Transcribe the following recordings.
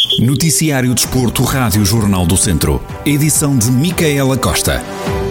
Noticiário Desporto, Rádio Jornal do Centro. Edição de Micaela Costa.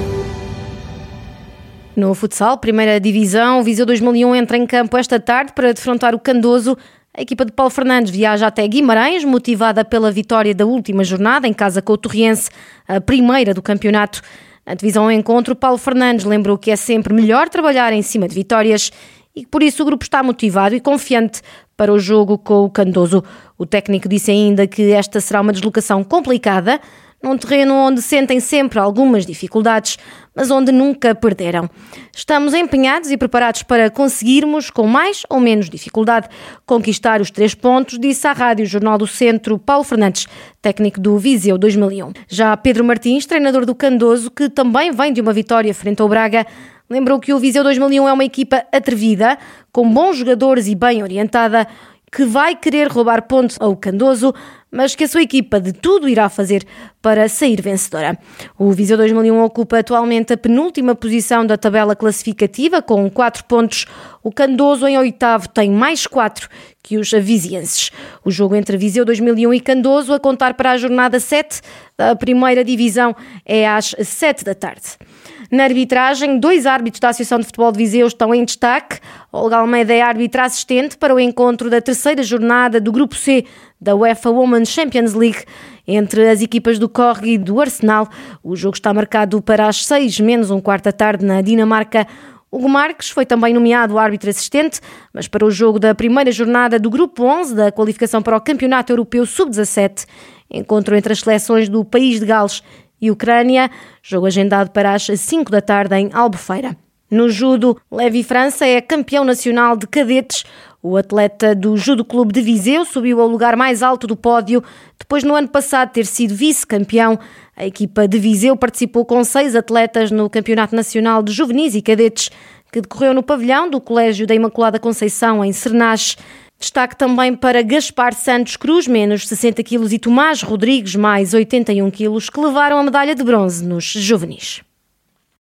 No futsal, primeira divisão, o Viseu 2001 entra em campo esta tarde para defrontar o Candoso. A equipa de Paulo Fernandes viaja até Guimarães, motivada pela vitória da última jornada, em casa com o Torriense, a primeira do campeonato. Na divisão ao encontro, Paulo Fernandes lembrou que é sempre melhor trabalhar em cima de vitórias e que por isso o grupo está motivado e confiante para o jogo com o Candoso. O técnico disse ainda que esta será uma deslocação complicada, num terreno onde sentem sempre algumas dificuldades, mas onde nunca perderam. Estamos empenhados e preparados para conseguirmos, com mais ou menos dificuldade, conquistar os 3 pontos, disse à Rádio Jornal do Centro Paulo Fernandes, técnico do Viseu 2001. Já Pedro Martins, treinador do Candoso, que também vem de uma vitória frente ao Braga, lembrou que o Viseu 2001 é uma equipa atrevida, com bons jogadores e bem orientada, que vai querer roubar pontos ao Candoso, mas que a sua equipa de tudo irá fazer para sair vencedora. O Viseu 2001 ocupa atualmente a penúltima posição da tabela classificativa, com 4 pontos. O Candoso, em oitavo, tem mais 4 que os vizienses. O jogo entre Viseu 2001 e Candoso, a contar para a jornada 7 da primeira divisão, é às 7 da tarde. Na arbitragem, 2 árbitros da Associação de Futebol de Viseu estão em destaque. Olga Almeida é árbitra assistente para o encontro da terceira jornada do Grupo C da UEFA Women's Champions League entre as equipas do Corre e do Arsenal. O jogo está marcado para as 6:15 da tarde na Dinamarca. Hugo Marques foi também nomeado árbitro assistente, mas para o jogo da primeira jornada do Grupo 11 da qualificação para o Campeonato Europeu Sub-17, encontro entre as seleções do País de Gales e Ucrânia, jogo agendado para as 5 da tarde em Albufeira. No judo, Levi França é campeão nacional de cadetes. O atleta do Judo Clube de Viseu subiu ao lugar mais alto do pódio, depois no ano passado ter sido vice-campeão. A equipa de Viseu participou com 6 atletas no Campeonato Nacional de Juvenis e Cadetes, que decorreu no pavilhão do Colégio da Imaculada Conceição, em Sernás. Destaque também para Gaspar Santos Cruz, menos 60 kg, e Tomás Rodrigues, mais 81 kg, que levaram a medalha de bronze nos juvenis.